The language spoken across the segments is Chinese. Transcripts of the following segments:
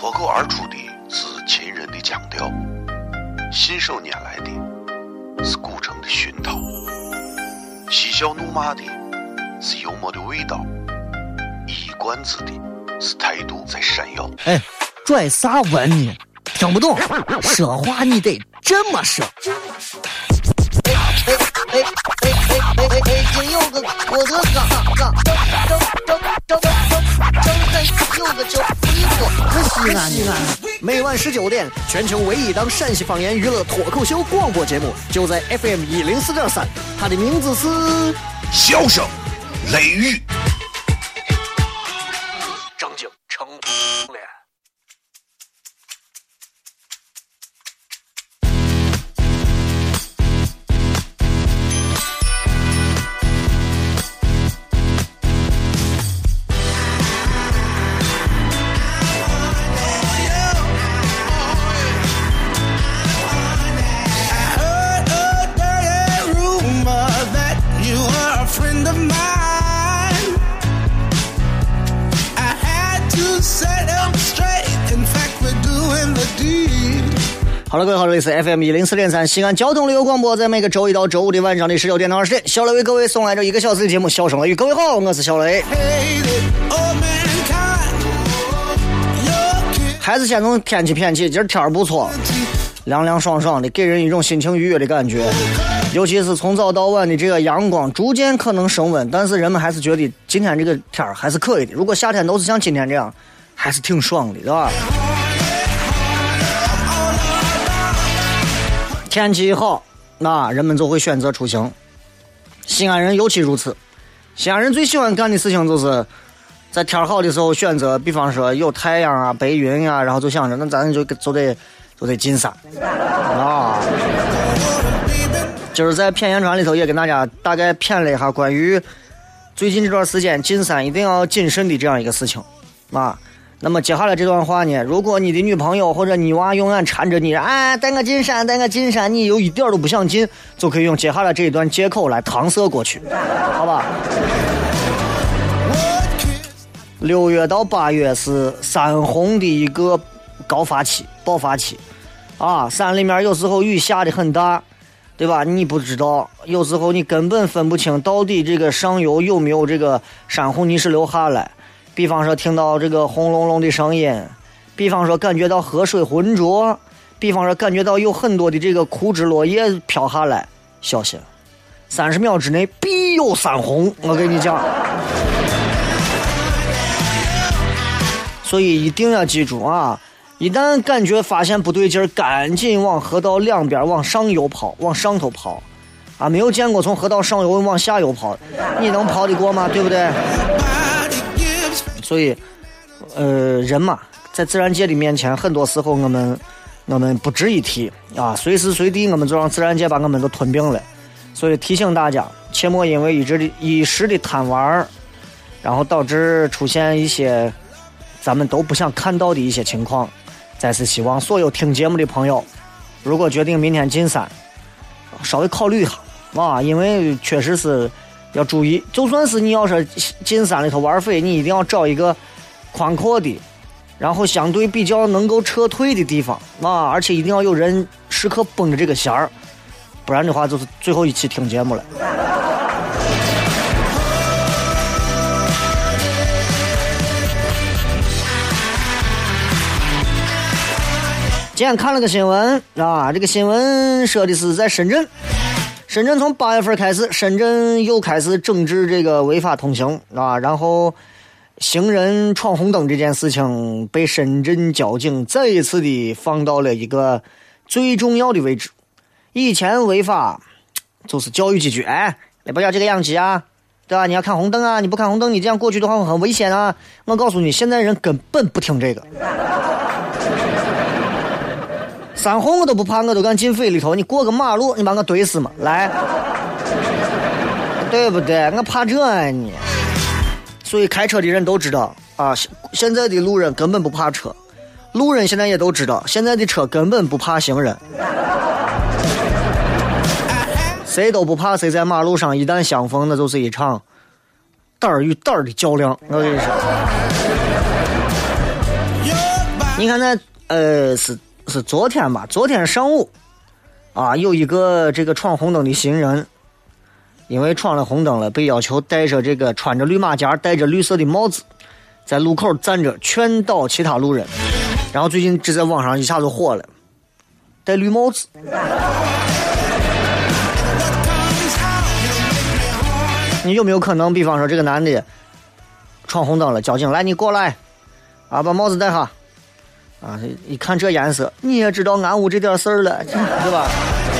脱口而出的是秦人的腔调，信手拈来的是古城的熏陶，嬉笑怒骂的是幽默的味道，一冠子的是态度在闪耀。 哎，拽啥文呢？听不懂，说话你得这么说。 京有个我的有个叫西安，每晚19点，全球唯一档陕西方言娱乐脱口秀广播节目，就在 FM 104.3，它的名字是笑声雷雨。 张景成脸。好了，各位好，这里是 FM 104.3西安交通旅游广播，在每个周一到周五的晚上的19点到20点，小雷为各位送来这1个小时的节目，笑声雷雨。各位好，我是小雷。还是先从天气偏起，今儿天儿不错，凉凉爽爽的，给人一种心情愉悦的感觉。尤其是从早到晚的这个阳光逐渐可能升温，但是人们还是觉得今天这个天儿还是可以的。如果夏天都是像今天这样，还是挺爽的，对吧？天气好，那人们就会选择出行。西安人尤其如此，西安人最喜欢干的事情就是在天好的时候选择，比方说有太阳啊、白云啊，然后就想着那咱就得进山啊。就是在片言传里头也跟大家大概谝了一下关于最近这段时间进山一定要谨慎的这样一个事情啊。那么接下来这段话呢，如果你的女朋友或者你娃永远缠着你，带我进山，带我进山，你有一点都不想进，就可以用接下来这一段借口来搪塞过去，好吧？6月到8月是山洪的一个爆发期啊，山里面有时候雨下的很大，对吧？你不知道，有时候你根本分不清到底这个上游有没有这个山洪泥石流下来。比方说听到这个轰隆隆的声音，比方说感觉到河水浑浊，比方说感觉到有很多的这个枯枝落叶飘下来，小心30秒之内必有山洪，我跟你讲。所以一定要记住啊，一旦感觉发现不对劲儿，赶紧往河道两边往上游跑，往上头跑啊！没有见过从河道上游往下游跑，你能跑得过吗？对不对？所以人嘛，在自然界的面前，很多时候我们不值一提啊，随时随地我们就让自然界把我们都吞并了。所以提醒大家，切莫因为一时的贪玩，然后导致出现一些咱们都不想看到的一些情况。再次希望所有听节目的朋友，如果决定明天进山，稍微考虑一下啊，因为确实是要注意，就算是你要是进山里头玩废，你一定要找一个宽阔的，然后相对比较能够撤退的地方啊，而且一定要有人时刻绷着这个弦儿，不然的话就是最后一期听节目了。今天看了个新闻啊，这个新闻说的是在深圳从8月份开始，深圳又开始整治这个违法通行啊，然后行人闯红灯这件事情被深圳交警再一次的放到了一个最重要的位置。以前违法就是教育几句，你不要这个样子啊，对吧？你要看红灯啊，你不看红灯，你这样过去的话很危险啊。我告诉你，现在人根本不听这个。山洪我都不怕，我都敢进匪里头，你过个马路你把我怼死嘛，来，对不对？我怕这你。所以开车的人都知道啊，现在的路人根本不怕车，路人现在也都知道，现在的车根本不怕行人，谁都不怕谁在马路上一旦相逢，那就是一场胆儿与胆儿的较量，我跟你说。 你看那是昨天吧，昨天上午啊，有一个这个闯红灯的行人，因为闯了红灯了，被要求戴着这个穿着绿马甲、戴着绿色的帽子，在路口站着劝导其他路人。然后最近这在网上一下子火了，戴绿帽子。你有没有可能，比方说这个男的闯红灯了，交警来你过来啊，把帽子戴上啊！一看这颜色，你也知道俺屋这点事儿了，对吧？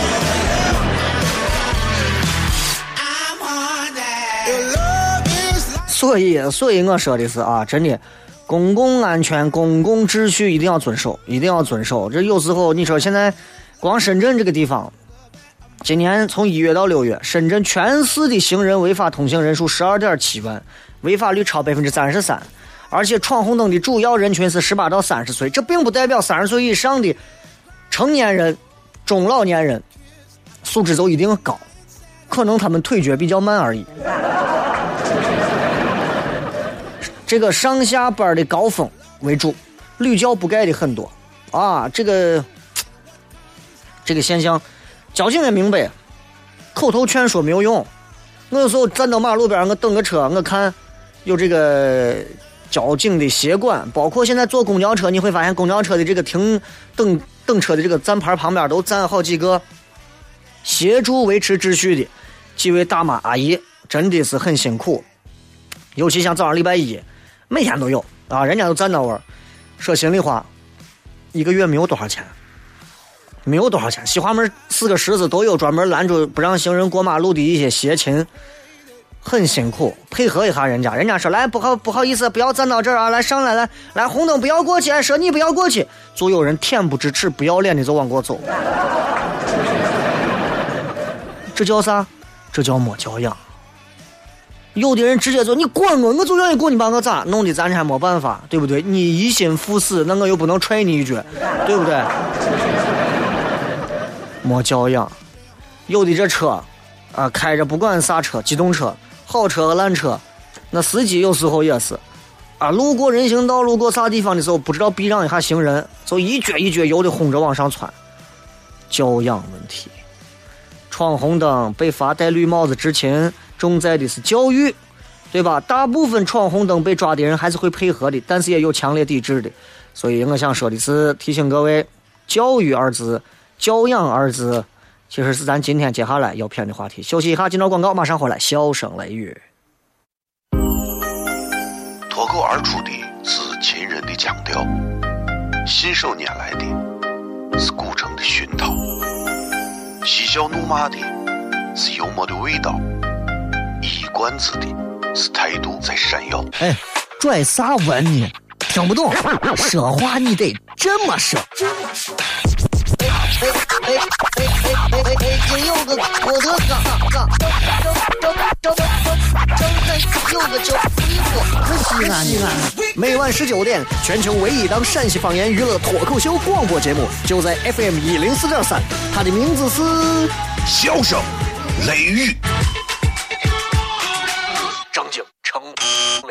所以我说的是啊，真的，公共安全、公共秩序一定要遵守，一定要遵守。这有时候你说现在光深圳这个地方，今年从1月到6月，深圳全市的行人违法通行人数12.7万，违法率超33%，而且闯红灯的主要人群是18到30岁，这并不代表30岁以上的成年人、中老年人素质都一定高，可能他们腿脚比较慢而已。这个上下班的高峰为主，屡教不改的很多啊，这个现象。交警也明白，口头劝说没有用。我有时候站到马路边，我等个车，我看有这个交警的协管，包括现在坐公交车，你会发现公交车的这个等车的这个站牌旁边都站好几个协助维持秩序的几位大妈阿姨，真的是很辛苦。尤其像早上礼拜一，每天都有啊，人家都站到位。说心里话，一个月没有多少钱。没有多少钱，西华门4个十字都有专门拦住不让行人过马路的一些协勤，很辛苦，配合一下人家。人家说来不好意思，不要站到这儿啊，来上来来红灯不要过去，说你不要过去，总有人恬不知耻不要脸的就往过走。这叫啥？这叫没教养。有的人直接说你管我就愿意过，你把我咋弄的，咱还没办法，对不对？你一心赴死，那我又不能踹你一脚，对不对？没教养。有的这车啊，开着不管啥车，机动车、好车和烂车，那司机有时候也是啊，路过人行道、路过啥地方的时候，不知道避让一下行人，就一脚一脚油的轰着往上窜。教养问题。闯红灯被罚戴绿帽子之前，重在的是教育，对吧？大部分闯红灯被抓的人还是会配合的，但是也有强烈抵制的。所以我想说的是，提醒各位，教育二字、教养二字，其实是咱今天接下来要偏的话题。休息一下，进到广告，马上回来。笑声雷雨， 脱口而出的是秦人的腔调，信手拈来的是古城的熏陶，嬉笑怒骂的是幽默的味道，一冠子的是态度在闪耀。 哎，拽啥文呢？听不懂，说话你得这么说。 北京有个郭德纲，有个叫西安。 每晚19点，全球唯一档陕西方言娱乐脱口秀广播节目，就在 FM 104.3，它的名字是笑声雷雨。 正经成脸。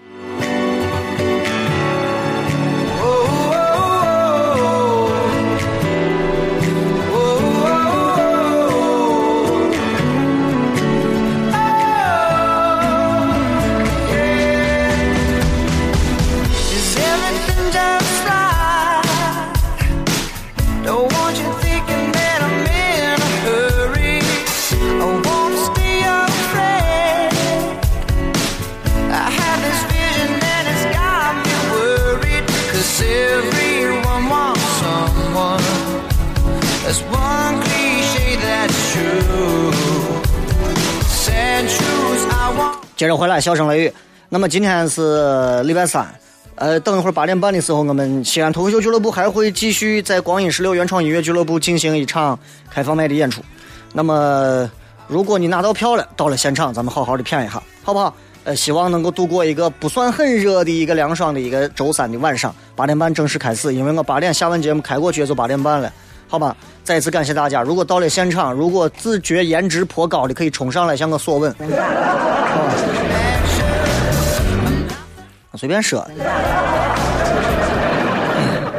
接着回来，笑声雷雨。那么今天是礼拜三，等一会儿8点半的时候，我们西安脱口秀俱乐部还会继续在光影16原创音乐俱乐部进行一场开放麦的演出。那么如果你拿到票了，到了现场，咱们好好的骗一下，好不好？希望能够度过一个不算很热的一个凉爽的一个周三的晚上。8点半正式开始，因为我8点下完节目开过去也就8点半了，好吧？再一次感谢大家。如果到了现场，如果自觉颜值颇高的，可以冲上来向我索问。随便说。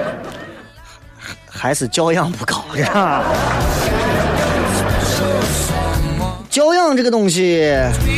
还是教养不高，是吧？教养这个东西，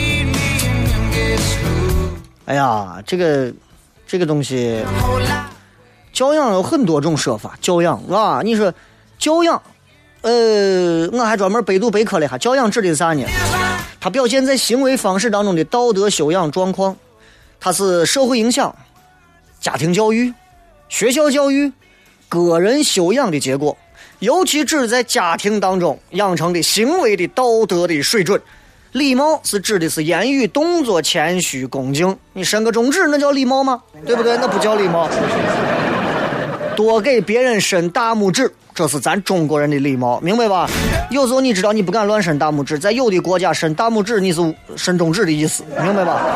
哎呀，这个东西，教养有很多种说法。教养啊，你说教养，我还专门百度百科了一下，教养指的是啥呢？它表现在行为方式当中的道德修养状况，它是社会影响、家庭教育、学校教育、个人修养的结果，尤其指在家庭当中养成的行为的道德的水准。礼貌是指的是言语动作谦虚恭敬，你伸个中指那叫礼貌吗？对不对？那不叫礼貌。多给别人伸大拇指，这是咱中国人的礼貌，明白吧？有时候你知道你不敢乱伸大拇指，在有的国家伸大拇指你是伸中指的意思，明白吧？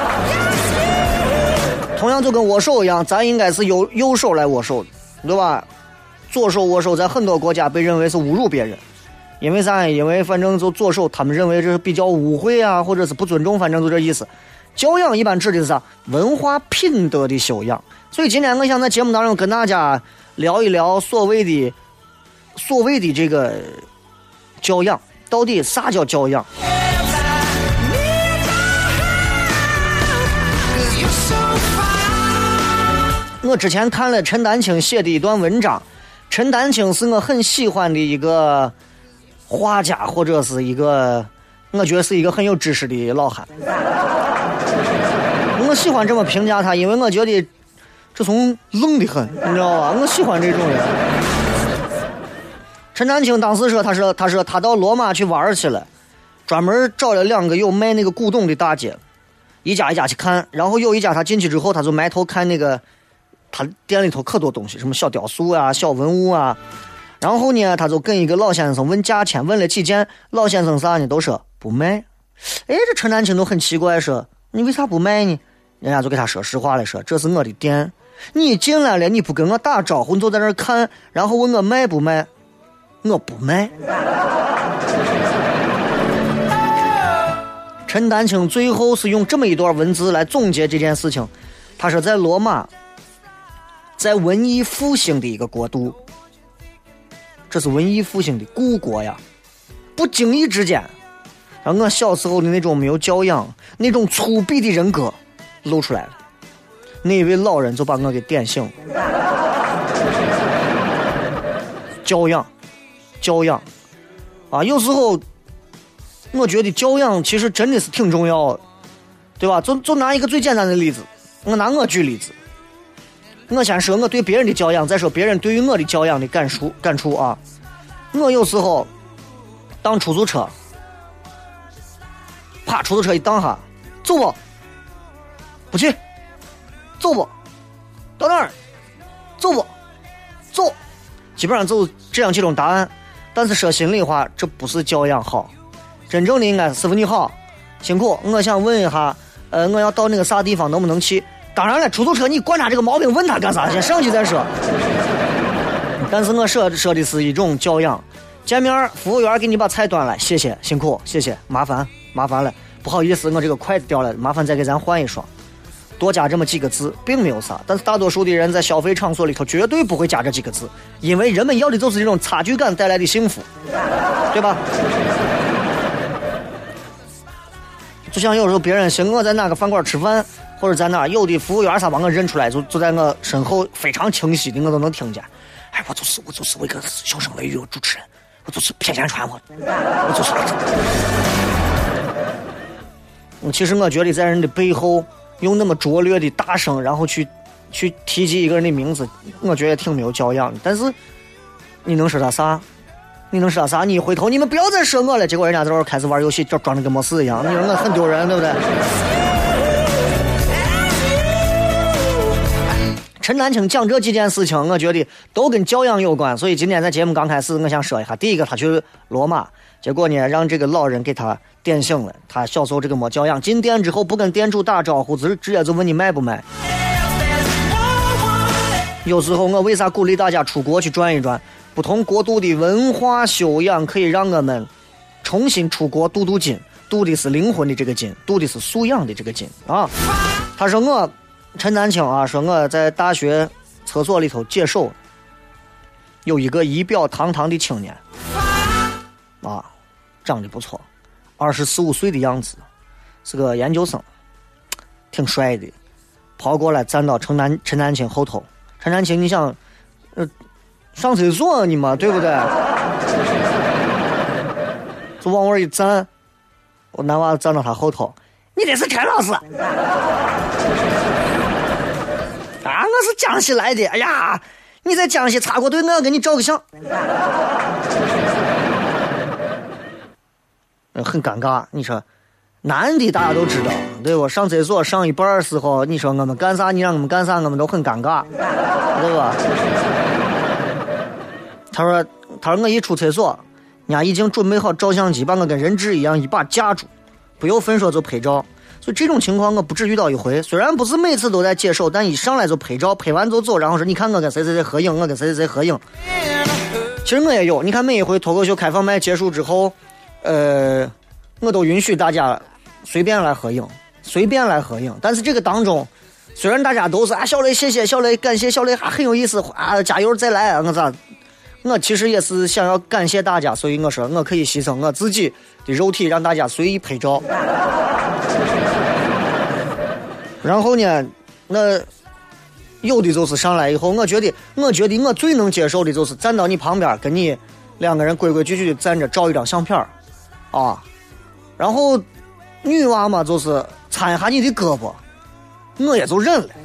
同样就跟握手一样，咱应该是右手来握手，对吧？左手握手在很多国家被认为是侮辱别人，因为啥？因为反正就左手他们认为这是比较污秽啊，或者是不尊重，反正就这意思。教养一般指的是啥？文化品德的修养。所以今天我想在节目当中跟大家聊一聊所谓的这个教养，到底啥叫教养？我之前看了陈丹青写的一段文章，陈丹青是我很喜欢的一个画家，或者是一个我觉得是一个很有知识的老汉。我喜欢这么评价他，因为我觉得这从愣得很，你知道吧？我喜欢这种人。陈丹青当时说，他说他到罗马去玩去了，专门找了2个有卖那个古董的大姐，一家一家去看，然后有一家他进去之后，他就埋头看那个他店里头可多东西，什么小雕塑啊、小文物啊。然后呢，他就跟一个老先生问价钱，问了几件，老先生啥呢都说不卖。哎，这陈丹青都很奇怪，说你为啥不卖呢？人家就给他说实话了，说这是我的店，你进来了你不跟我打招呼，你就在那儿看，然后问我卖不卖，我不卖。陈丹青最后是用这么一段文字来总结这件事情。他说在罗马，在文艺复兴的一个国度，这是文艺复兴的故国呀，不经意之间让我小时候的那种没有教养、那种粗鄙的人格露出来了。那位老人就把我给点醒了。教养啊，有时候我觉得教养其实真的是挺重要的，对吧？就拿一个最简单的例子，我拿我举例子，我先说我对别人的教养，再说别人对于我的教养的感触啊。我有时候当出租车，啪，出租车一荡下，走不？不去。走不？到哪儿？走不？走。基本上就这样几种答案。但是说心里话，这不是教养好，真正的应该是师傅你好，辛苦，我想问一下，我要到那个啥地方能不能去？当然了，出租车你观察这个毛病，问他干啥？先上去再说。但是我说的是一种教养。见面服务员给你把菜端来，谢谢，辛苦，谢谢，麻烦了，不好意思，我这个筷子掉了，麻烦再给咱换一双。多加这么几个字并没有啥，但是大多数的人在消费场所里头绝对不会加这几个字，因为人们要的就是这种差距感带来的幸福，对吧？就像有时候别人行，我在哪个饭馆吃饭，或者在哪有的服务员啥把我认出来，就在我身后非常清晰的我都能听见。哎，我就是一个小声雷雨主持人，我就是偏见传我就是。其实我觉得在人的背后用那么拙劣的大声，然后去提及一个人的名字，我觉得挺没有教养的。但是你能说他啥？你一回头，你们不要再说我了，结果人家在这开始玩游戏，就装的跟没事一样，你说我很丢人，对不对？陈丹青讲这几件事情，我觉得都跟教养有关，所以今天在节目刚开始，我想说一下，第一个，他去罗马，结果呢让这个老人给他点醒了，他小时候这个没教养，进店之后不跟店主打招呼，直接就问你卖不卖。有时候我为啥鼓励大家出国去转一转？不同国度的文化修养可以让我们重新出国镀金，镀的是灵魂的这个金，镀的是素养的这个金啊。他说我陈丹青啊，说我在大学厕所里头解手， 有一个仪表堂堂的青年，啊，长得不错，24、25岁的样子，是个研究生，挺帅的，跑过来站到陈丹青后头。陈丹青，你想，上厕所你嘛，对不对？就往我一站，我男娃站到他后头，你这是陈老师啊？我是江西来的。哎呀，你在江西插过队，我要给你照个相。很尴尬，你说，男的大家都知道，对不？上厕所上一半的时候，你说我们干啥，你让我们干啥，我们都很尴尬，对吧？他说我一出厕所，人家已经准备好照相机，把我跟人质一样一把夹住，不由分说就拍照。所以这种情况我不止遇到一回，虽然不是每次都在接手，但一上来就拍照，拍完就走，然后说你看我跟谁谁谁合影，我跟谁谁谁合影。其实我也有，你看每一回脱口秀开放麦结束之后，我都允许大家随便来合影，但是这个当中虽然大家都是小雷谢谢，小雷感谢，小雷很有意思加油再来我其实也是想要感谢大家，所以我说我可以牺牲我自己的肉体让大家随意拍照。然后呢，那有的就是上来以后，我觉得我最能接受的就是站到你旁边，跟你两个人规规矩矩的站着照一张相片啊。然后女娃嘛，就是搀一下你的胳膊，我也就忍了，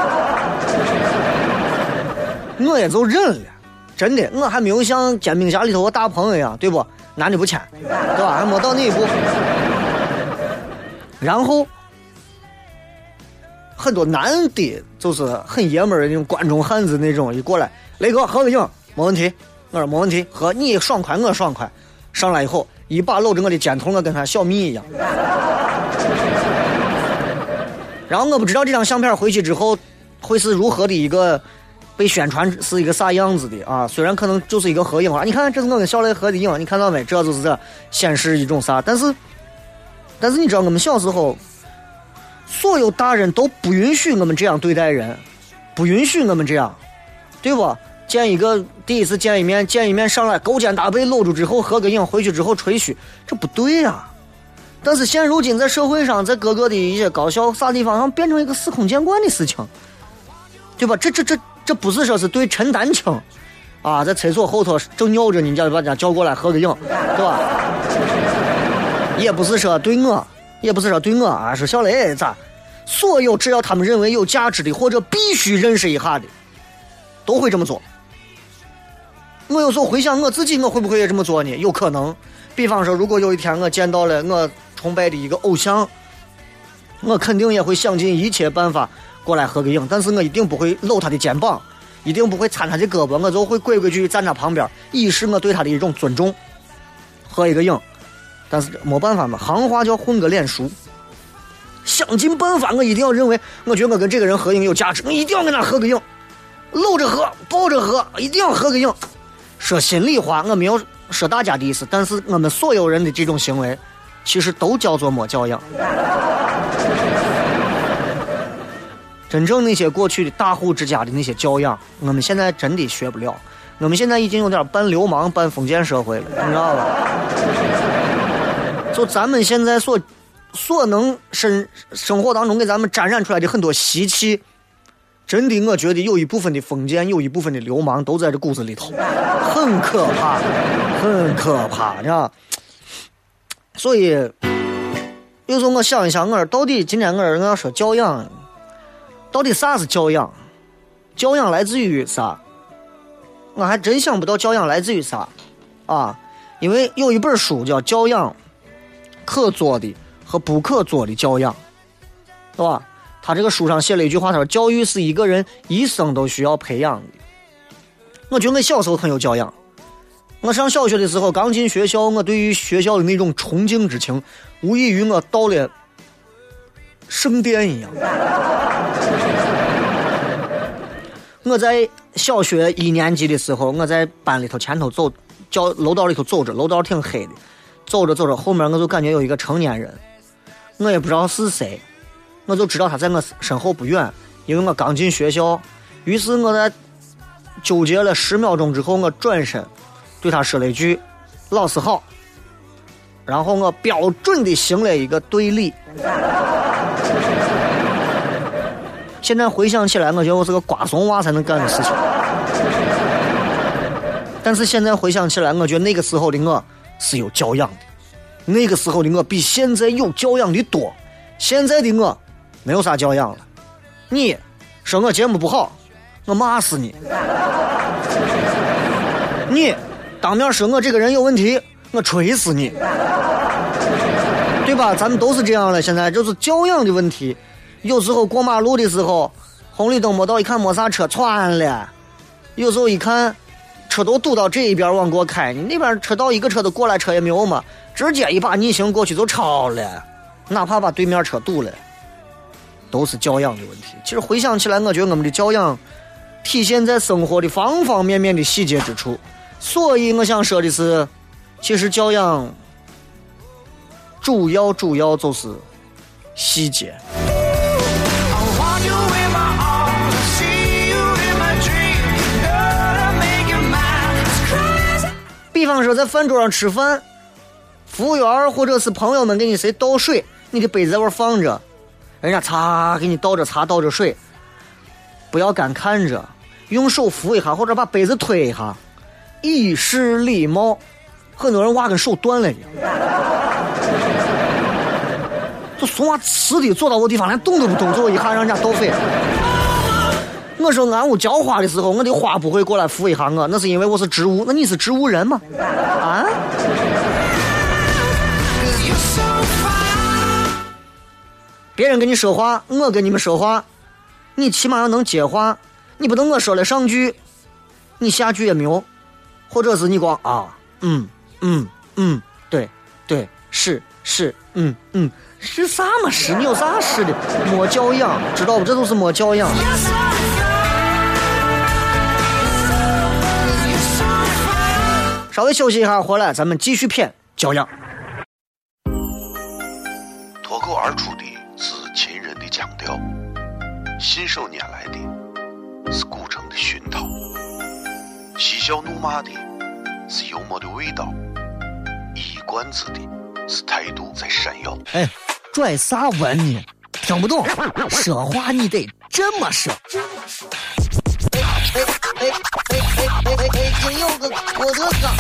真的，我还没有像煎饼侠里头的大鹏一样，对不？男的不牵，对吧？还没到那一步。然后很多男的就是很爷们儿的那种关中汉子那种，一过来，雷哥合个影，没问题。我说没问题，和你爽快，我爽快。上来以后，一把搂着我的肩头，我跟他小蜜一样。然后我不知道这张相片回去之后会是如何的一个被宣传是一个啥样子的啊？虽然可能就是一个合影啊，你看这是我跟小雷合的影，你看到没？这就是这显示一种啥？但是你知道我们小时候，所有大人都不允许我们这样对待人，不允许我们这样，对不？第一次见一面上来勾肩搭背搂住之后合个影，回去之后吹嘘，这不对啊。但是现如今在社会上，在各个的一些高校啥地方上变成一个司空见惯的事情，对吧？这不是说是对陈丹青啊，在厕所后头正尿着，你叫把人家叫过来合个影，对吧？也不是说对我啊，是小雷咋？所有只要他们认为有价值的或者必须认识一下的，都会这么做。我有时候回想我自己，我会不会也这么做呢？有可能。比方说，如果有一天我见到了我崇拜的一个偶像，我肯定也会想尽一切办法过来合个影，但是我一定不会搂他的肩膀，一定不会搀他的胳膊，我就会规规矩矩站他旁边，以示我对他的一种尊重，合一个影。但是没办法嘛，行话叫混个脸熟，想尽办法，我一定要认为，我觉得我跟这个人合影有价值，我一定要跟他合个影，搂着合，抱着合，一定要合个影。说心里话，我没有说大家的意思，但是我们所有人的这种行为，其实都叫做没教养。真正那些过去的大户之家的那些教养，我们现在真的学不了。我们现在已经有点半流氓、半封建社会了，你知道吧？就咱们现在所能生活当中给咱们沾染出来的很多习气，真的我觉得有一部分的封建，有一部分的流氓都在这骨子里头，很可怕，很可怕，你知道？所以有时候我想一想，我到底今天我要说教养，到底啥是教养？教养来自于啥？我还真想不到教养来自于啥啊！因为有一本书叫《教养：可做的和不可做的教养》，对吧？他这个书上写了一句话，他说：“教育是一个人一生都需要培养的。”我觉得我小时候很有教养。我上小学的时候，刚进学校，我对于学校的那种崇敬之情，无异于我到了圣殿一样。我在小学1年级的时候，我在班里头前头走，楼道里头走着，楼道挺黑的，走着走着，后面我就感觉有一个成年人，我也不知道是谁，我就知道他在我身后不远，因为我刚进学校，于是我在纠结了10秒钟之后，我转身对他说了一句老师好，然后我标准的行了一个对礼。现在回想起来，我觉得我是个瓜怂娃才能干的事情，但是现在回想起来，我觉得那个时候的我是有教养的，那个时候的我比现在有教养的多，现在的我没有啥教养了。你说我节目不好，我骂死你；你当面说我这个人有问题，我锤死你，对吧？咱们都是这样的，现在就是教养的问题。有时候过马路的时候，红绿灯没到，一看没啥车窜了，有时候一看车都堵到这一边往过开，你那边车道一个车都过来，车也没有嘛，直接一把逆行过去就超了，哪怕把对面车堵了，都是教养的问题。其实回想起来，我觉得我们的教养体现在生活的方方面面的细节之处。所以我想说的是，其实教养主要就是细节。比方说在饭桌上吃饭，服务员或者是朋友们给你谁倒水，你的杯子在那放着，人家擦给你倒着茶倒着水，不要干看着，用手扶一下或者把杯子推一下，以示礼貌。很多人挖跟手断了一样，就怂娃吃的坐到我地方连动都不动，最后一下让人家倒飞。我说俺屋浇花的时候，我的花不会过来扶一下我，那是因为我是植物。那你是植物人吗？啊？别人跟你说话，我跟你们说话，你起码要能接话，你不能我说了上句，你下句也没有，或者是你光啊，对，是，是啥嘛是？你有啥是的？没教养，知道不？这都是没教养。稍微休息一下，回来咱们继续谝教养。 脱口而出的是秦人的腔调，信手拈来的是古城的熏陶，嬉笑怒骂的是幽默的味道，一冠子的是态度在闪耀。 哎，拽啥文呢？听不懂，说话你得这么说。 北京有个郭德纲，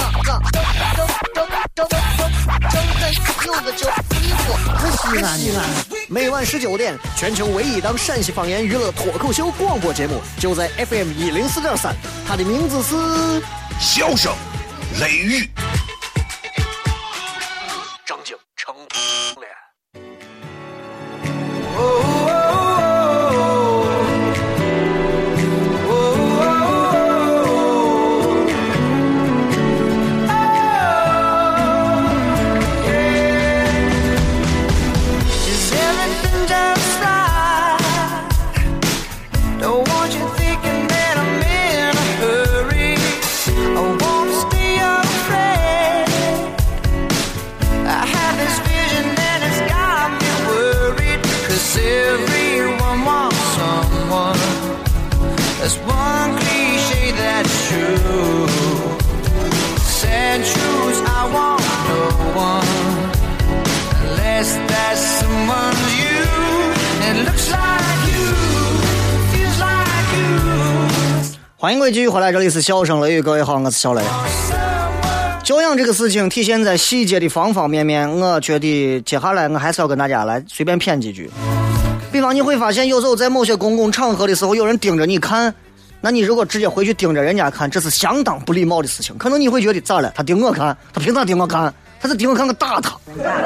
有个叫李果。 西安， 每晚19点，全球唯一档陕西方言娱乐脱口秀广播节目，就在 FM 104.3，它的名字是笑声雷雨。 张景成脸。 There's one cliche that's true. Sad truths I want no one unless that someone's you. It looks like you, feels like you. 欢迎各位继续回来，这里是笑声雷雨，各位好，我是小雷。教养这个事情体现在细节的方方面面，我觉得接下来我还是要跟大家来随便谝几句。比方你会发现，有时候在某些公共场合的时候，有人盯着你看，那你如果直接回去盯着人家看，这是相当不礼貌的事情。可能你会觉得咋了？他盯我看，他凭啥盯我看？他是盯我看，我打他。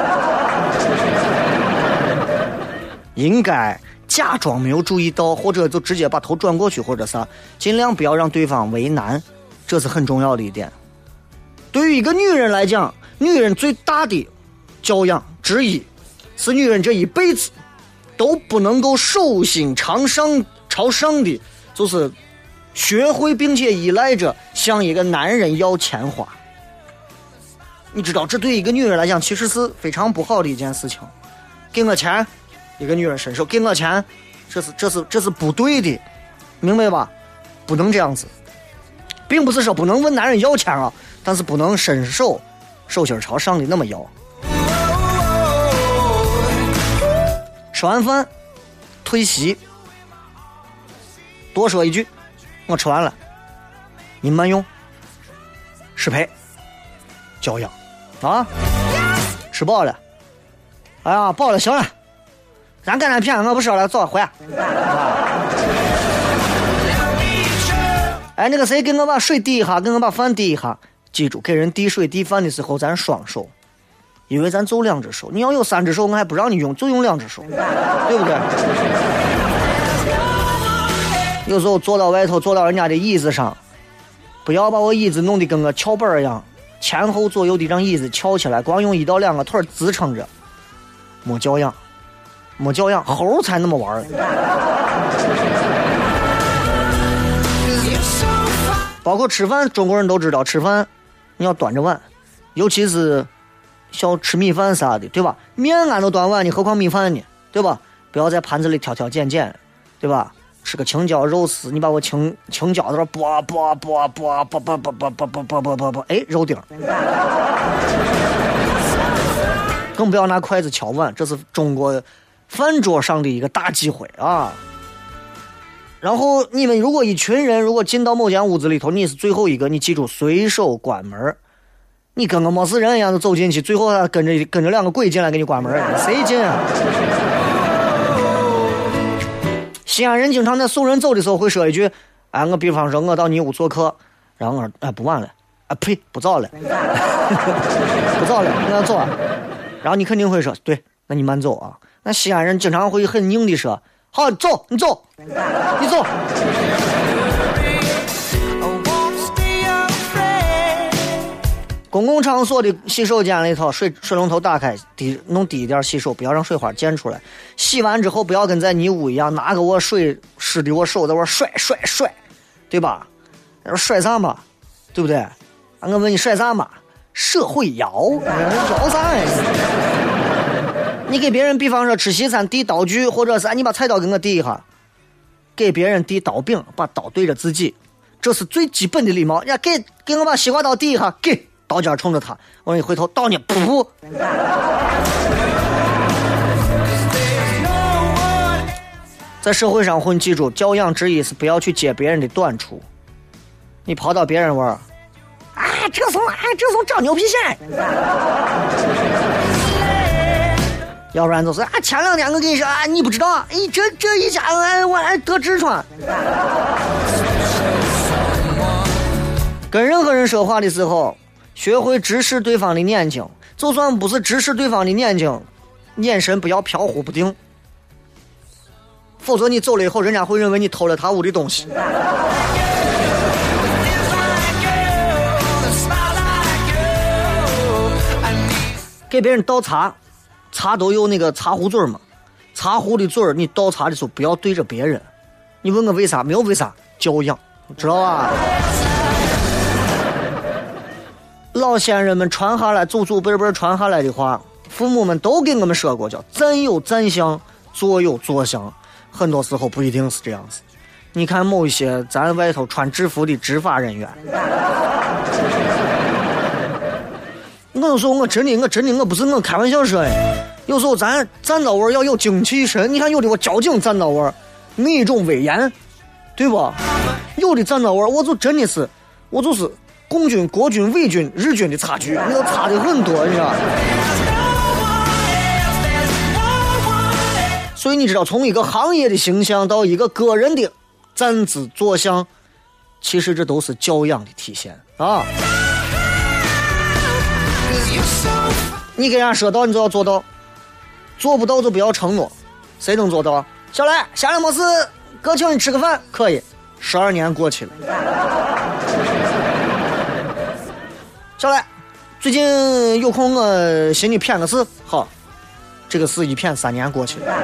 应该假装没有注意到，或者就直接把头转过去，或者啥，尽量不要让对方为难，这是很重要的一点。对于一个女人来讲，女人最大的教养之一，是女人这一辈子都不能够手心朝上的，就是学会并且依赖着向一个男人要钱花。你知道，这对一个女人来讲其实是非常不好的一件事情。给我钱，一个女人伸手给我钱，这是不对的，明白吧？不能这样子。 并不是说不能问男人要钱啊，但是不能伸手手心朝上的那么要。吃完饭退席，多说一句，我吃完了，你慢用，失陪，教养啊，吃饱了，哎呀饱了行了，咱干点片我不说了，走回来。哎，那个谁给我把水递一下，给我把饭递一下。记住，给人递水递饭的时候咱双手，因为咱就2只手，你要有3只手我还不让你用，就用2只手，对不对？有时候坐到外头，坐到人家的椅子上，不要把我椅子弄得跟个翘板一样，前后左右的让椅子翘起来，光用1到2个腿支撑着，没教养，没教养，猴才那么玩。包括吃饭，中国人都知道吃饭你要端着碗，尤其是像吃米饭啥的，对吧？面俺都端碗，你何况米饭呢，对吧？不要在盘子里挑挑拣拣，对吧？吃个青椒肉丝，你把我青椒在这啵，哎，肉丁。更不要拿筷子敲碗，这是中国饭桌上的一个大忌讳啊。然后你们如果一群人如果进到某间屋子里头，你是最后一个，你记住随手关门，你跟个没事人一样的走进去，最后他跟着2个鬼进来给你关门，谁进啊？西安人经常在送人走的时候会说一句，哎，我比方说我到你屋做客，然后我说哎不晚了，啊呸不早了，不早了，我要走啊。然后你肯定会说对，那你慢走啊。那西安人经常会很硬的说，好，走，你走，你走。公共场所的洗手间里头，水龙头打开，弄低一点洗手，不要让水花溅出来。洗完之后，不要跟在泥污一样，拿个我水湿的我手在我甩，对吧？甩啥嘛？对不对？我问你甩啥嘛？社会摇啥呀？你给别人，比方说吃西餐递刀具，或者是你把菜刀给我递一下，给别人递刀柄，把刀对着自己，这是最基本的礼貌。呀，给我把西瓜刀递一下，给刀尖冲着他，我说你回头刀你噗。在社会上混，记住教养之一是不要去揭别人的短处。你跑到别人玩，啊，这从长牛皮癣。要不然就是啊，前2天我跟你说啊，你不知道，哎，这一下我还得痔疮。跟任何人说话的时候，学会直视对方的眼睛，就算不是直视对方的眼睛，眼神不要飘忽不定，否则你走了以后，人家会认为你偷了他屋的东西。给别人倒茶。茶都有那个茶壶嘴嘛，茶壶的嘴儿，你倒茶的时候不要对着别人。你问我为啥？没有为啥，教养，知道吧？老先人们传下来，祖祖辈辈传下来的话，父母们都给我们说过，叫站有站相，坐有坐相。很多时候不一定是这样子。你看某一些咱外头穿制服的执法人员。我说我真的我不是我开玩笑说哎，有时候咱站到位要有精气神。你看有的我交警站到位那种威严，对吧？有的站到位我就真的是我就是共军、国军、伪军、日军的差距，那个差的很多，你知道。所以你知道，从一个行业的形象到一个个人的站姿坐相，其实这都是教养的体现啊。你给人家说到，你就要做到，做不到就不要承诺。谁能做到？小来，下来没事，哥请你吃个饭，可以。12年过去了。小来，最近有空我寻你谝个事，好，这个事一谝3年过去了。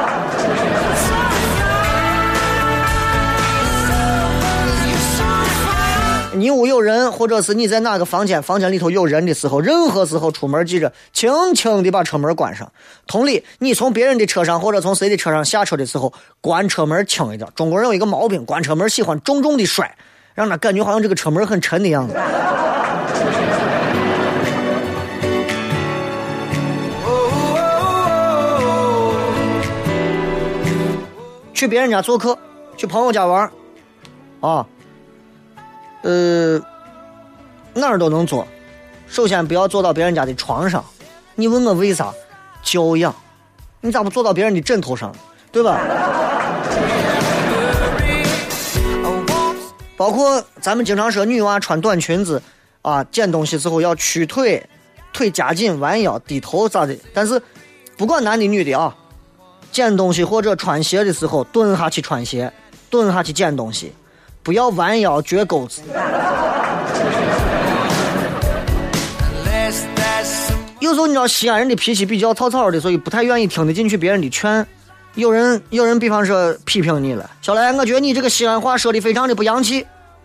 你屋有人，或者是你在哪个房间里头有人的时候，任何时候出门记着轻轻地把车门关上。同理，你从别人的车上或者从谁的车上下车的时候，关车门轻一点。中国人有一个毛病，关车门喜欢重重的摔， 让他感觉好像这个车门很沉的样子。去别人家做客，去朋友家玩啊，哪儿都能坐，首先不要坐到别人家的床上。你问我为啥？教养，你咋不坐到别人的枕头上，对吧？包括咱们经常说女娃穿短裙子啊，捡东西之后要屈腿，腿夹紧，弯腰，低头咋的？但是不管男的女的啊，捡东西或者穿鞋的时候，蹲下去穿鞋，蹲下去捡东西，不要弯腰撅钩子。有时候你知道西安人的脾气比较草草的，所以不太愿意听得进去别人的劝。有人比方说批评你了，小来，我觉得你这个西安话说的非常的不洋气。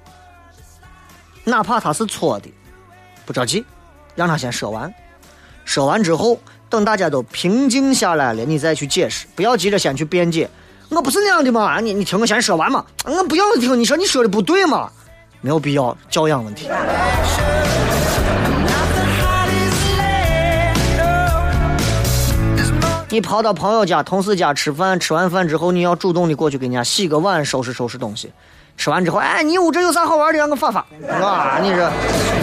哪怕他是错的，不着急，让他先说完。说完之后，等大家都平静下来了，你再去解释，不要急着先去辩解。我不是那样的嘛，你听我先说完嘛，我不要听你说你说的不对嘛，没有必要，教养问题。你跑到朋友家、同事家吃饭，吃完饭之后，你要主动的过去给人家洗个碗、收拾收拾东西。吃完之后，哎，你屋这有啥好玩的，让我发发。啊，你这。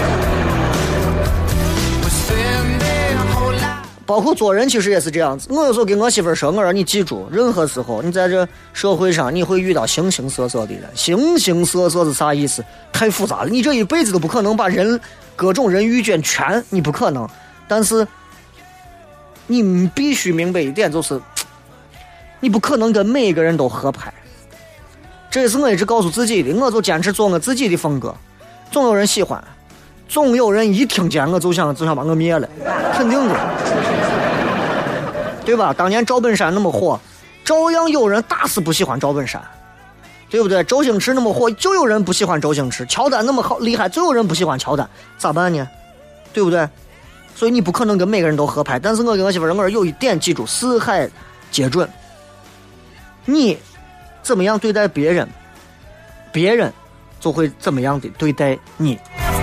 包括做人其实也是这样子。我有时候跟我媳妇说，我说你记住，任何时候你在这社会上，你会遇到形形色色的人。形形色色是啥意思？太复杂了，你这一辈子都不可能把各种人遇见全，你不可能。但是你必须明白一点，就是你不可能跟每一个人都合拍。这也是我一直告诉自己的，我就坚持做我自己的风格。总有人喜欢，总有人一听见我就想把我灭了，肯定的，对吧？当年赵本山那么火，照样有人打死不喜欢赵本山，对不对？周星驰那么火，就有人不喜欢周星驰；乔丹那么好厉害，就有人不喜欢乔丹，咋办呢？对不对？所以你不可能跟每个人都合拍。但是我跟我媳妇儿，我有一点记住，四海皆准。你怎么样对待别人，别人就会怎么样的对待你。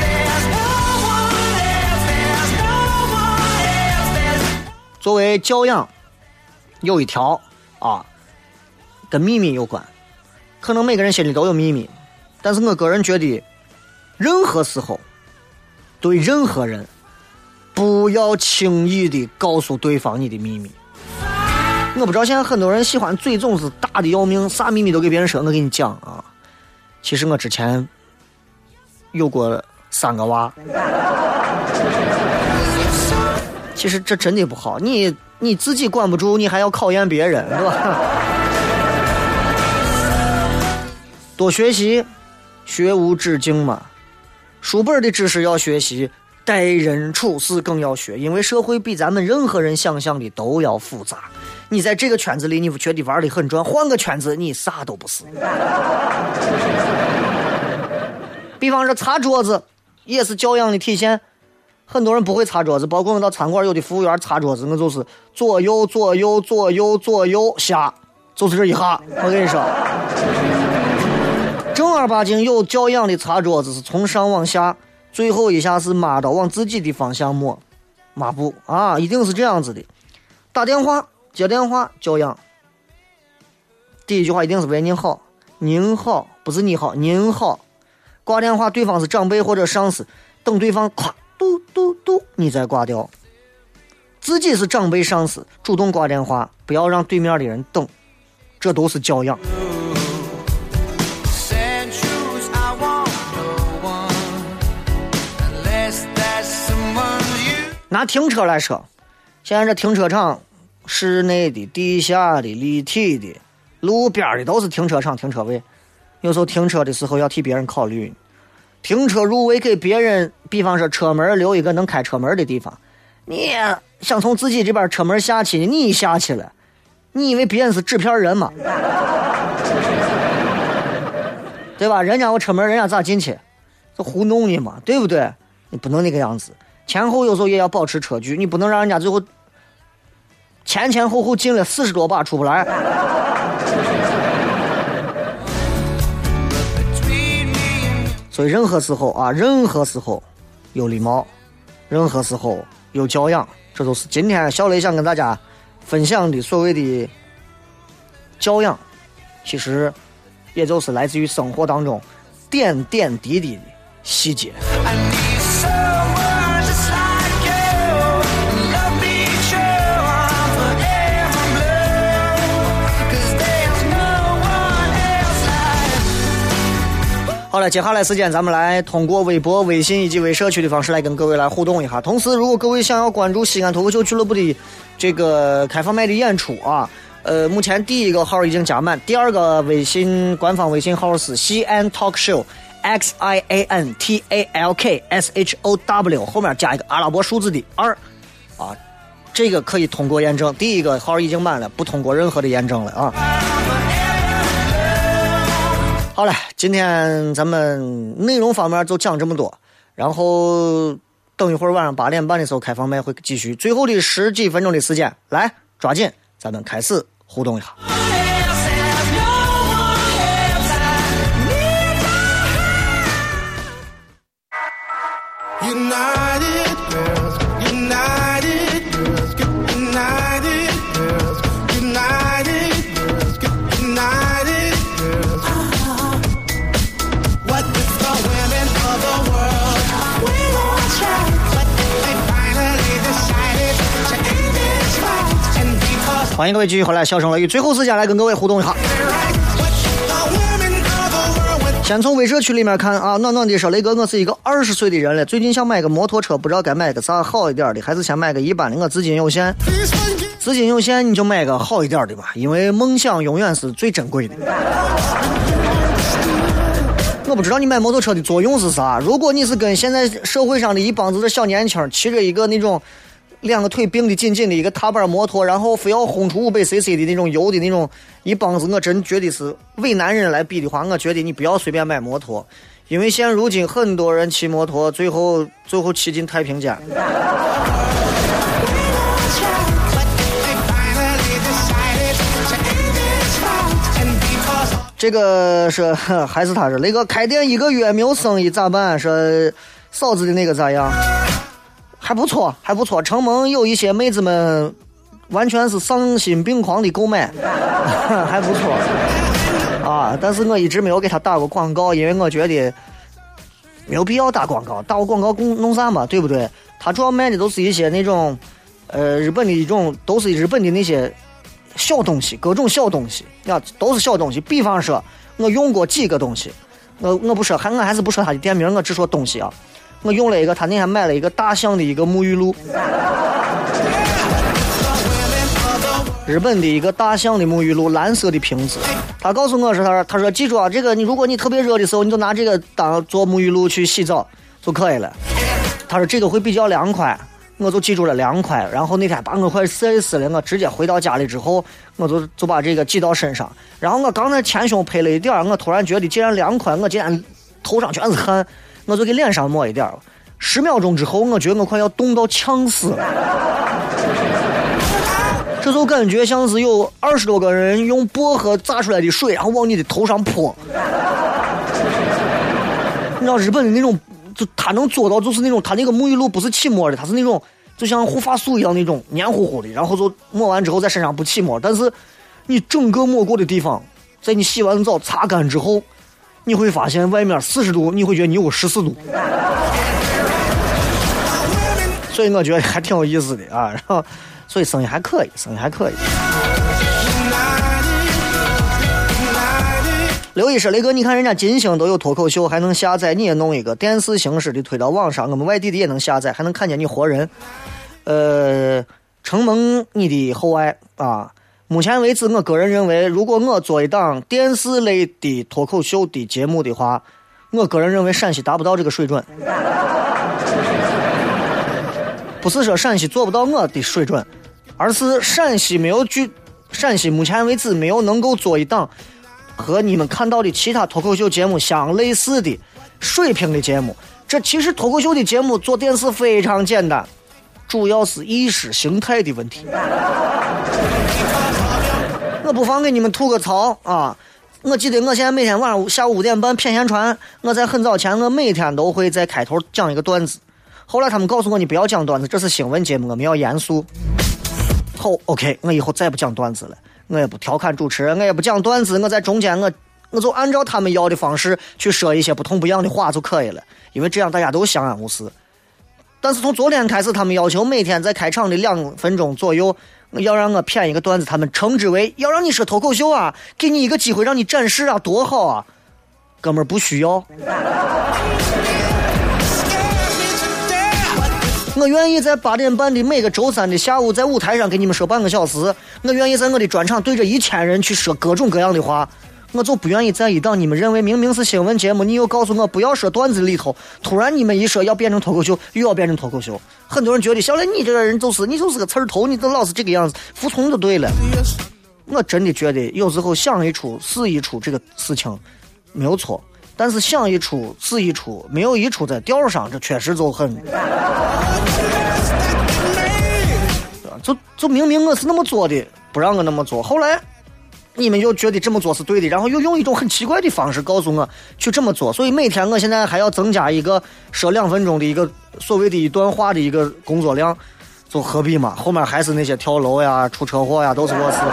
作为教养，有一条啊，跟秘密有关。可能每个人心里都有秘密，但是我个人觉得，任何时候对任何人，不要轻易的告诉对方你的秘密。我不知道现在很多人喜欢嘴总是大的要命，啥秘密都给别人说。我跟你讲啊，其实我之前有过3个娃，其实这真的不好。你自己管不住，你还要考验别人，对吧？多学习，学无止境嘛。书本的知识要学习，待人处事更要学，因为社会比咱们任何人想象的都要复杂。你在这个圈子里，你觉得玩的很转，换个圈子，你啥都不是。比方说擦桌子，也是教养的体现。很多人不会擦桌子，包括我到餐馆有的服务员擦桌子，我就是左右左右左右左右下，就是这一下。我跟你说，正儿八经有教养的擦桌子是从上往下，最后一下是抹到往自己的方向抹布啊，一定是这样子的。打电话接电话教养，第一句话一定是喂您好，您好，不是你好，您好。挂电话对方是长辈或者上司，等对方咵嘟嘟嘟你再挂掉。自己是长辈上司主动挂电话，不要让对面的人等，这都是教养。拿停车来说，现在这停车场室内的、地下的、立体的、路边的都是停车场停车位。有时候停车的时候要替别人考虑，停车入位给别人，比方说车门留一个能开车门的地方。你想从自己这边车门下去，你下去了，你以为别人是纸片人吗？对吧？人家我车门人家咋进去？这糊弄你嘛，对不对？你不能那个样子，前后有时候也要保持车距，你不能让人家最后前后进了40多把出不来。 所以任何时候啊，任何时候有礼貌，任何时候有教养，这都是今天小雷想跟大家分享的所谓的教养，其实也就是来自于生活当中点点滴滴的细节。好了，接下来时间咱们来通过微博、微信以及微社区的方式来跟各位来互动一下。同时，如果各位想要关注西安脱口秀俱乐部的这个开放麦的演出啊，目前第一个号已经加满，第二个官方微信号是西安 Talk Show，XIANTALKSHOW， 后面加一个阿拉伯数字的2啊，这个可以通过验证。第一个号已经满了，不通过任何的验证了啊。好了，今天咱们内容方面就讲这么多，然后等一会儿晚上8点半的时候开放麦会继续，最后的10几分钟的时间，来抓紧，咱们开始互动一下。欢迎各位继续回来，笑声乐语，最后时间来跟各位互动一下。先从微社区里面看啊，暖暖的说，雷哥，我是一个20岁的人了，最近想买个摩托车，不知道该买个啥好一点的，还是先买个一般的，我资金有限。资金有限你就买个好一点的吧，因为梦想永远是最珍贵的。我不知道你买摩托车的作用是啥，如果你是跟现在社会上的一帮子的小年轻骑着一个那种2个腿并的紧紧的一个踏板摩托，然后非要轰出500cc 的那种油的那种一帮子，我真觉得是为男人来比的话，我觉得你不要随便买摩托，因为现如今很多人骑摩托最后骑进太平间。这个是还是他是雷哥开店1个月没有生意咋办？说嫂子的那个咋样？还不错，还不错。承蒙有一些妹子们完全是丧心病狂的购买，还不错啊。但是我一直没有给他打过广告，因为我觉得没有必要打广告，打过广告弄啥嘛，对不对？他主要卖的都是一些那种日本的一种，都是日本的那些小东西，各种小东西啊，都是小东西。比方说我用过几个东西，我不说，我还是不说他的店名，我只说东西啊。我用了一个，他那天买了一个大象的一个沐浴露，日本的一个大象的沐浴露，蓝色的瓶子。他告诉我是他说记住啊，这个如果你特别热的时候，你就拿这个当做沐浴露去洗澡就可以了。他说这个会比较凉快，我就记住了凉快。然后那天把我快晒死了，我直接回到家里之后，我就把这个系到身上。然后我刚才前胸配了一点，我突然觉得既然凉快，我竟然头上全是汗。我就给脸上抹一点，10秒钟之后，我觉得我快要冻到呛死了。这就感觉像是有20多个人用薄荷榨出来的水，然后往你的头上泼。你知道日本的那种，就他能做到，就是那种他那个沐浴露不是起沫的，它是那种就像护发素一样那种黏糊糊的，然后就抹完之后在身上不起沫，但是你整个抹过的地方，在你洗完澡擦干之后。你会发现外面40度，你会觉得你有14度，所以我觉得还挺有意思的啊。然后，所以生意还可以，生意还可以。刘医师，雷哥，你看人家金星都有脱口秀，还能下载，你也弄一个电视形式的推到网上，我们外地的也能下载，还能看见你活人。承蒙你的厚爱啊。目前为止，我个人认为，如果我做一档电视类的脱口秀的节目的话，我个人认为陕西达不到这个水准。不是说陕西做不到我的水准，而是陕西目前为止没有能够做一档和你们看到的其他脱口秀节目相类似的水平的节目。这其实脱口秀的节目做电视非常简单，主要是意识形态的问题。我不妨给你们吐个槽啊， 我记得我现在每天晚上下午5点半骗闲传，我在很早前我每天都会在开头讲一个段子。后来他们告诉我，你不要讲段子，这是新闻节目，我们要严肃。后 OK， 我以后再不讲段子了，我也不调侃主持人，我也不讲段子，我在中间我就按照他们要的方式去说一些不痛不痒的话就可以了，因为这样大家都相安无事。但是从昨天开始，他们要求每天在开场的2分钟左右要让我骗一个段子，他们称之为要让你说脱口秀啊，给你一个机会让你展示啊，多好啊！哥们儿不需要。我愿意在8点半的每个周3的下午在舞台上给你们说半个小时，我愿意在我的专场对着1000人去说各种各样的话，我就不愿意在一档你们认为明明是新闻节目，你又告诉我不要说段子里头，突然你们一说要变成脱口秀，又要变成脱口秀。很多人觉得小雷你这个人你就是个刺儿头，你都老是这个样子，服从就对了。我真的觉得有时候想一出是一出这个事情没有错，但是想一出是一出，没有一出在调上，这确实就很就明明我是那么做的，不让我那么做，后来你们又觉得这么做是对的，然后又用一种很奇怪的方式告诉我去这么做，所以每天我现在还要增加一个说2分钟的一个所谓的一段话的一个工作量，就何必嘛？后面还是那些跳楼呀、出车祸呀，都是我事。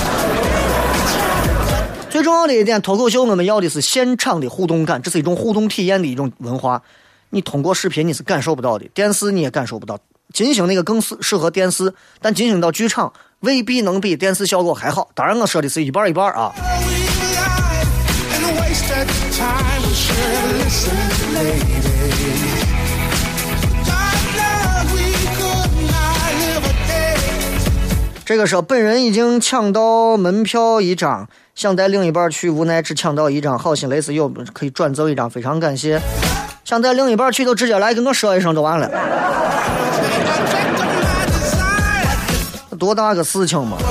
最重要的一点，脱口秀我们要的是现场的互动感，这是一种互动体验的一种文化。你通过视频你是感受不到的，电视你也感受不到。金星那个更适合电视，但金星到剧场未必能比电视效果还好。当然我说的是一半一半啊。这个时候本人已经抢到门票1张，想带另一半去，无奈只抢到1张，好心雷斯有可以转赠1张，非常感谢。想带另一半去都直接来跟我说一声就完了，多大个事情嘛。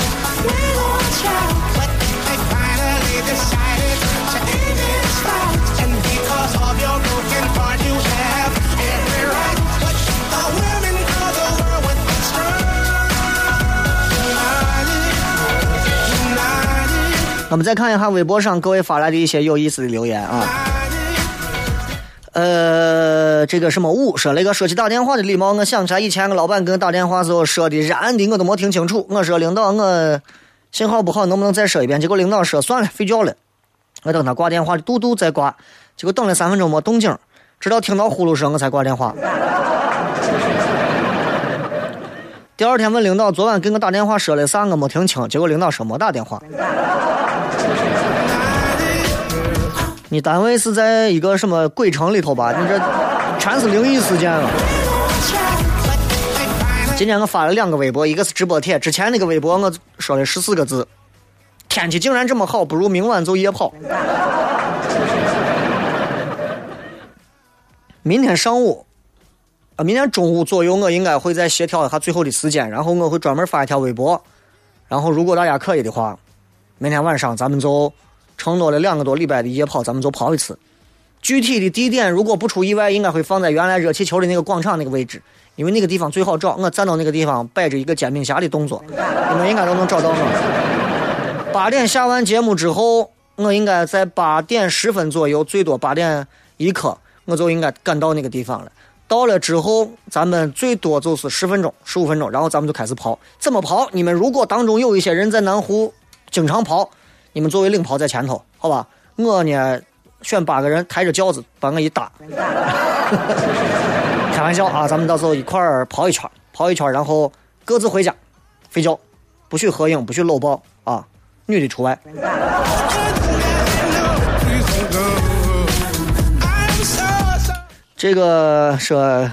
我们再看一下微博上各位发来的一些有意思的留言啊。这个什么说了一个说起打电话的礼貌，我想起来以前个老板跟我打电话时候说的燃的我都没听清楚，我说领导我信号不好能不能再说一遍，结果领导说算了睡觉了，我等他挂电话的嘟嘟再挂，结果等了3分钟没动静，直到听到呼噜声我才挂电话。第二天问领导昨晚跟我打电话说了啥我没听清，结果领导说没打电话。你单位是在一个什么鬼城里头吧？你这全是灵异事件了。今天我发了2个微博，一个是直播帖，之前那个微博我说了14个字，天气竟然这么好，不如明晚就夜跑。明天上午明天中午左右我应该会再协调一下最后的时间，然后我会专门发一条微博，然后如果大家可以的话，明天晚上咱们就承诺了2个多礼拜的夜跑，咱们就跑一次。具体的地点如果不出意外应该会放在原来热气球的那个广场那个位置，因为那个地方最好找，我站到那个地方摆着一个煎饼侠的动作，你们应该都能找到我。8点下完节目之后，我应该在8点10分左右，最多8点1刻我就应该赶到那个地方了。到了之后咱们最多就是10分钟15分钟，然后咱们就开始跑。怎么跑？你们如果当中有一些人在南湖经常跑，你们作为领跑在前头，好吧？我呢选8个人抬着轿子把我一打。开玩笑啊，咱们到时候一块儿跑一圈，然后各自回家睡觉，不许合影，不许搂抱啊，女的除外。这个说，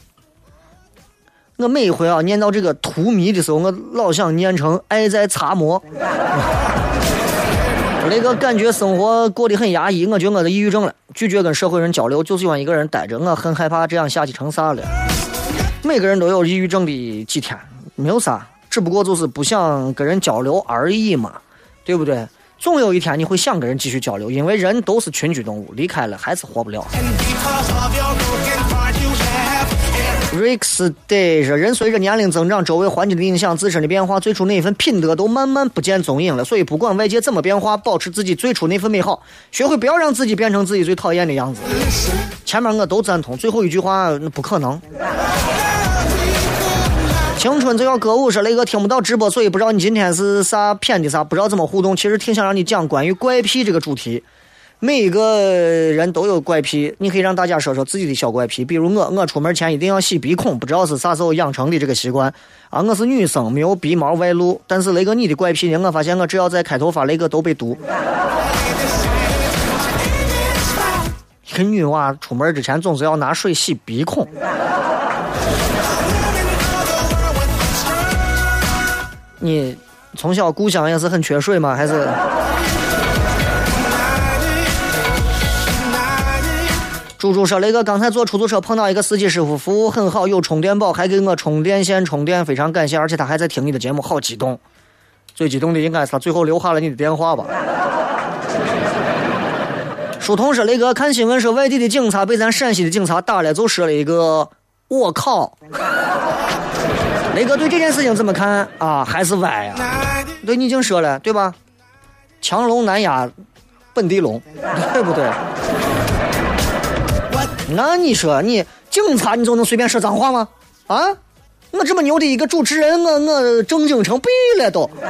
我每一回啊念到这个荼蘼的时候，我老想念成爱在擦磨。那个感觉生活过得很压抑，我觉得我的抑郁症了，拒绝跟社会人交流，就喜欢一个人待着，我很害怕这样下去成啥了。每个人都有抑郁症的几天，没有啥，只不过就是不想跟人交流而已嘛，对不对？ 总有一天你会想跟人继续交流，因为人都是群居动物，离开了还是活不了。Rex Day 说，人随着年龄增长，周围环境的影响，自身的变化，最初那一份品德都慢慢不见踪影了。所以不管外界怎么变化，保持自己最初那份美好，学会不要让自己变成自己最讨厌的样子。前面我都赞同，最后一句话那不可能。青春就要歌舞，说雷哥听不到直播，所以不知道你今天是啥偏的啥，不知道怎么互动。其实挺想让你讲关于怪癖这个主题。每一个人都有怪癖，你可以让大家说说自己的小怪癖。比如我出门前一定要洗鼻孔，不知道是啥时候养成的这个习惯啊。我是女生，没有鼻毛外露，但是雷哥你的怪癖呢？我发现我只要在开头发，雷哥都被毒。一个女娃出门之前总是要拿水洗鼻孔。你从小故乡也是很缺水吗？还是？猪猪说，雷哥刚才坐出租车碰到一个司机师傅，服务很好，有充电宝，还给我充电线充电，非常感谢，而且他还在听你的节目，好激动。最激动的应该是他最后留下了你的电话吧。书童说，雷哥看新闻说外地的警察被咱陕西的警察打了，就说了一个我靠。雷哥对这件事情怎么看啊？还是歪啊？对，你已经说了对吧？强龙难压本地龙，对不对？那你说你警察你就能随便说脏话吗？啊，我这么牛的一个主持人，我正经成毙了都。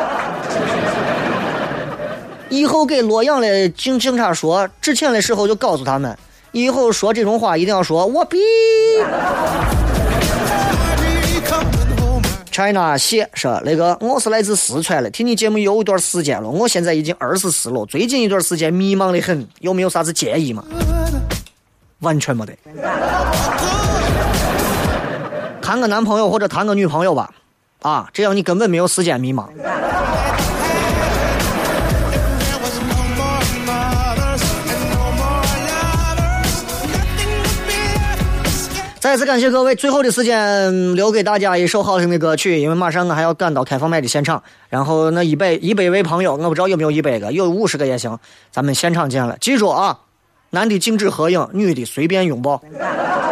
以后给洛阳的警察说，之前的时候就告诉他们，以后说这种话一定要说我逼。China 谢说，雷哥，我是来自四川的，听你节目有一段时间了，我现在已经24了，最近一段时间迷茫的很，有没有啥子建议吗？完全没得。谈个男朋友或者谈个女朋友吧，啊，这样你根本没有时间迷茫。再次感谢各位，最后的时间留给大家一首好听的歌曲，因为马上我还要赶到开放麦的现场，然后那100位朋友，我不知道有没有100个，有50个也行，咱们现场见了。记住啊，男的禁止合影，女的随便拥抱。